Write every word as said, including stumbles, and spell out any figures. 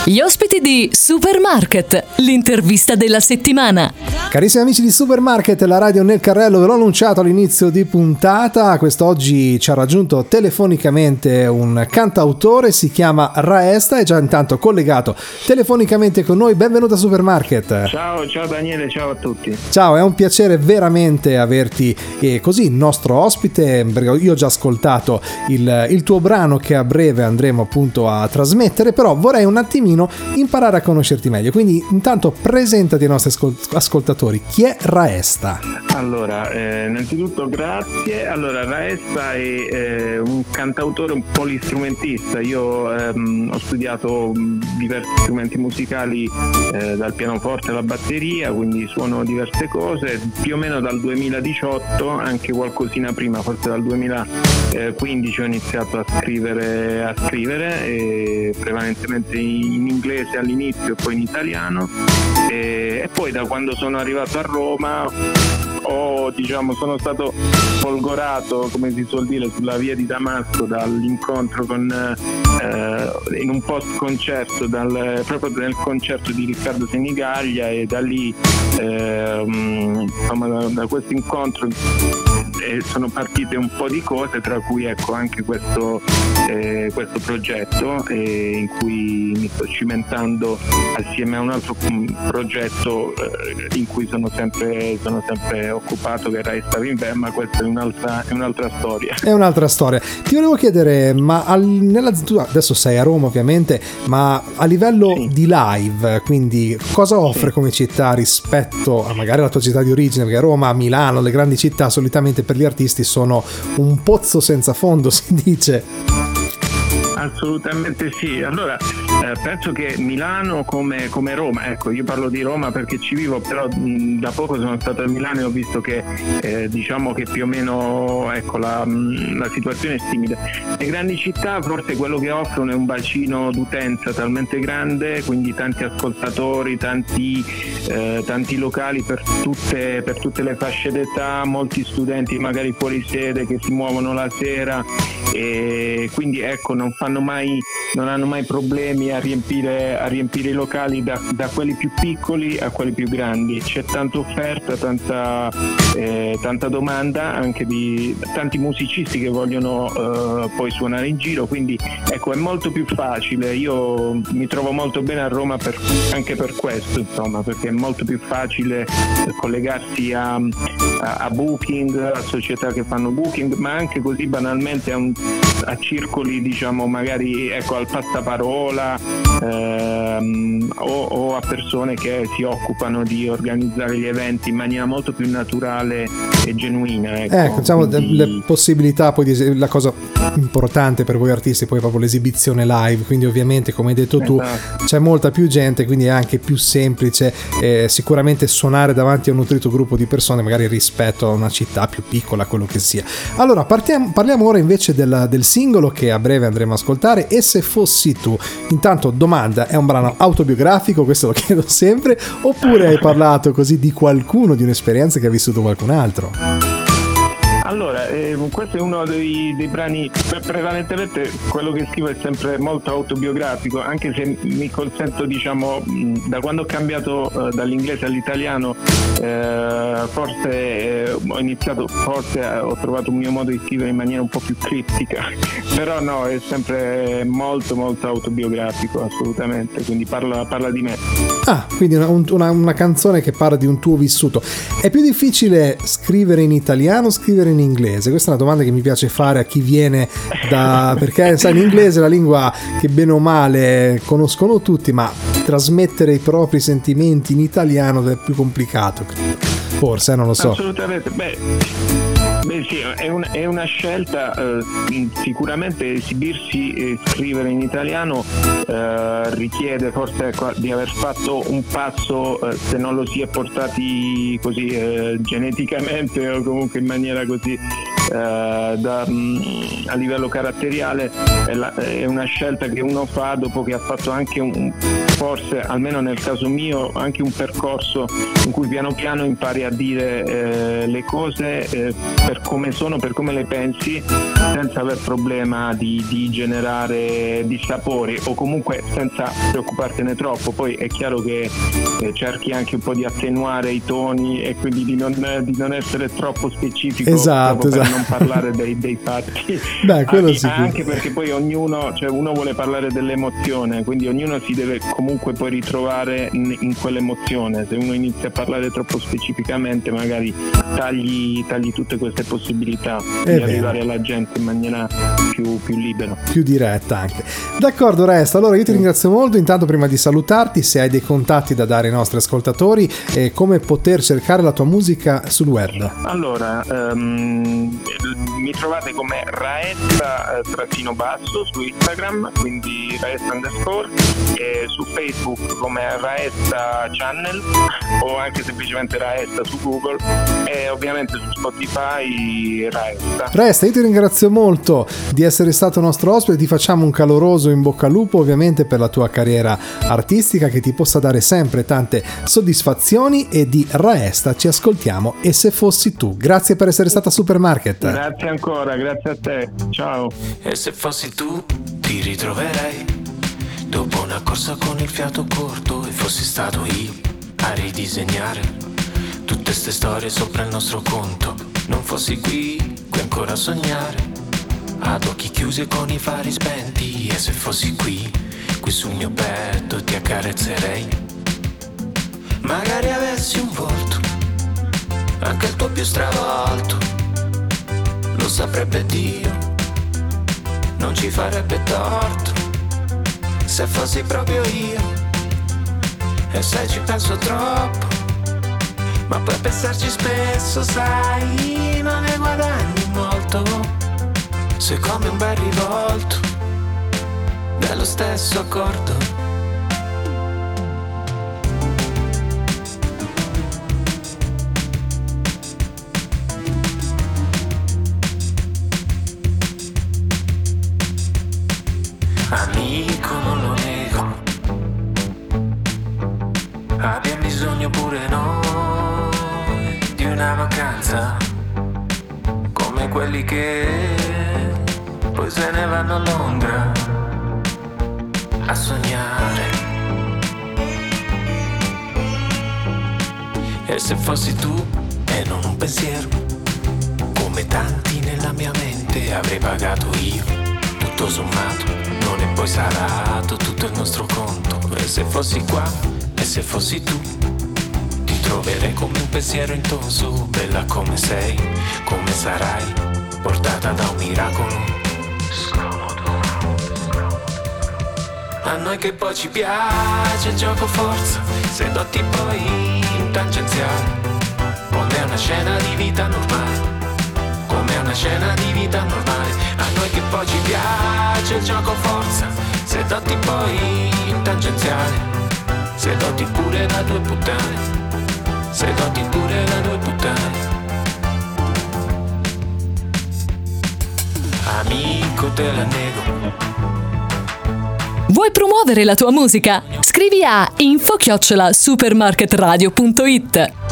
Gli ospiti di Supermarket, l'intervista della settimana. Carissimi amici di Supermarket, la radio nel carrello, ve l'ho annunciato all'inizio di puntata. Quest'oggi ci ha raggiunto telefonicamente un cantautore, si chiama Raesta, è già intanto collegato telefonicamente con noi. Benvenuto a Supermarket. Ciao, ciao Daniele, ciao a tutti. Ciao, è un piacere veramente averti eh, così nostro ospite, perché io ho già ascoltato il, il tuo brano che a breve andremo appunto a trasmettere, però vorrei un attimino imparare a conoscerti meglio, quindi intanto presentati ai nostri ascol- ascoltatori. Chi è Raesta? Allora, eh, innanzitutto grazie. Allora, Raesta è eh, un cantautore, un polistrumentista. Io ehm, ho studiato diversi strumenti musicali, eh, dal pianoforte alla batteria, quindi suono diverse cose, più o meno dal duemiladiciotto, anche qualcosina prima, forse dal duemilaquindici ho iniziato a scrivere, a scrivere e prevalentemente in inglese all'inizio e poi in italiano, e, e poi da quando sono arrivato a Roma ho, diciamo, sono stato folgorato, come si suol dire, sulla via di Damasco dall'incontro con eh, in un post concerto dal, proprio nel concerto di Riccardo Senigallia, e da lì eh, insomma, da, da questo incontro eh, sono partite un po' di cose, tra cui ecco anche questo, eh, questo progetto eh, in cui mi sto cimentando assieme a un altro progetto eh, in cui sono sempre, sono sempre occupato, che era Raesta Vinver, ma questa è un'altra, è un'altra storia. È un'altra storia. Ti volevo chiedere, ma al, nella, tu adesso sei a Roma ovviamente, ma a livello sì. di live, quindi cosa offre sì. come città rispetto a magari alla tua città di origine? Perché Roma, Milano, le grandi città solitamente per gli artisti sono un pozzo senza fondo, si dice. Assolutamente sì. Allora eh, penso che Milano come, come Roma, ecco, io parlo di Roma perché ci vivo, però mh, da poco sono stato a Milano e ho visto che eh, diciamo che più o meno ecco la, mh, la situazione è simile. Le grandi città forse quello che offrono è un bacino d'utenza talmente grande, quindi tanti ascoltatori, tanti, eh, tanti locali per tutte, per tutte le fasce d'età, molti studenti magari fuori sede che si muovono la sera, e quindi ecco non fanno mai, non hanno mai problemi a riempire, a riempire i locali da, da quelli più piccoli a quelli più grandi. C'è tanta offerta, tanta, eh, tanta domanda, anche di tanti musicisti che vogliono eh, poi suonare in giro, quindi ecco è molto più facile. Io mi trovo molto bene a Roma per, anche per questo, insomma, perché è molto più facile collegarsi a, a, a booking, a società che fanno booking, ma anche così banalmente a, un, a circoli, diciamo, magari ecco al passaparola ehm, o, o a persone che si occupano di organizzare gli eventi in maniera molto più naturale e genuina. Ecco, ecco diciamo quindi... le possibilità poi di, la cosa importante per voi artisti poi è proprio l'esibizione live, quindi ovviamente come hai detto tu esatto. c'è molta più gente, quindi è anche più semplice eh, sicuramente suonare davanti a un nutrito gruppo di persone magari rispetto a una città più piccola, quello che sia. Allora partiamo, parliamo ora invece del, del singolo che a breve andremo a ascoltare, E se fossi tu. Intanto domanda, è un brano autobiografico, questo lo chiedo sempre, oppure hai parlato così di qualcuno, di un'esperienza che ha vissuto qualcun altro? Allora, eh, questo è uno dei, dei brani, prevalentemente quello che scrivo è sempre molto autobiografico, anche se mi consento, diciamo, da quando ho cambiato eh, dall'inglese all'italiano, eh, forse eh, ho iniziato, forse eh, ho trovato un mio modo di scrivere in maniera un po' più criptica, però no, è sempre molto molto autobiografico, assolutamente, quindi parla, parla di me. Ah, quindi una, una, una canzone che parla di un tuo vissuto. È più difficile scrivere in italiano o scrivere in inglese? Questa è una domanda che mi piace fare a chi viene da... perché sai, l'inglese è la lingua che bene o male conoscono tutti, ma trasmettere i propri sentimenti in italiano è più complicato, forse, non lo so. Assolutamente, beh... Beh sì, è, un, è una scelta, eh, sicuramente esibirsi e scrivere in italiano eh, richiede forse ecco, di aver fatto un passo, eh, se non lo si è portati così eh, geneticamente o comunque in maniera così eh, da, mh, a livello caratteriale è, la, è una scelta che uno fa dopo che ha fatto anche un, forse almeno nel caso mio, anche un percorso in cui piano piano impari a dire eh, le cose eh, per come sono, per come le pensi, senza aver problema di, di generare dissapori, o comunque senza preoccupartene troppo. Poi è chiaro che eh, cerchi anche un po' di attenuare i toni e quindi di non, di non essere troppo specifico, esatto, per esatto. non parlare dei, dei fatti. Beh, quello anche, sicuro. anche perché poi ognuno, cioè uno vuole parlare dell'emozione, quindi ognuno si deve comunque poi ritrovare in, in quell'emozione. Se uno inizia a parlare troppo specificamente, magari tagli, tagli tutte queste possibilità È di vero. arrivare alla gente in maniera più, più libera, più diretta anche. D'accordo, Resta, allora io ti ringrazio molto. Intanto, prima di salutarti, se hai dei contatti da dare ai nostri ascoltatori e come poter cercare la tua musica sul web. Allora, um, mi trovate come Raesta eh, trattino basso su Instagram, quindi Raesta underscore, e su Facebook come Raesta Channel, o anche semplicemente Raesta su Google, e ovviamente su Spotify Raesta. Resta, io ti ringrazio molto di essere stato nostro ospite, ti facciamo un caloroso in bocca al lupo ovviamente per la tua carriera artistica, che ti possa dare sempre tante soddisfazioni, e di Raesta ci ascoltiamo E se fossi tu. Grazie per essere stata a Supermarket. Grazie ancora, grazie a te, ciao. E se fossi tu ti ritroverei dopo una corsa con il fiato corto, e fossi stato io a ridisegnare tutte ste storie sopra il nostro conto. Non fossi qui, qui ancora a sognare, ad occhi chiusi e con i fari spenti. E se fossi qui, qui sul mio petto ti accarezzerei. Magari avessi un volto, anche il tuo più stravolto, lo saprebbe Dio, non ci farebbe torto. Se fossi proprio io, e se ci penso troppo, ma poi pensarci spesso, sai, non ne guadagni molto. Sei come un bel rivolto dello stesso accordo. Amico, non lo nego, abbiamo bisogno pure noi di una vacanza, come quelli che poi se ne vanno a Londra a sognare. E se fossi tu e non un pensiero, come tanti nella mia mente, avrei pagato io, tutto sommato, non è poi salato tutto il nostro conto. E se fossi qua, e se fossi tu, ti troverei come un pensiero intonso, bella come sei, come sarai, portata da un miracolo. A noi che poi ci piace il gioco forza, se dotti poi in tangenziale, come una scena di vita normale, come una scena di vita normale. A noi che poi ci piace il gioco forza, se dotti poi in tangenziale, se dotti pure da due puttane, se dotti pure da due puttane. Amico, te la nego. Vuoi promuovere la tua musica? Scrivi a info chiocciola supermarketradio punto it.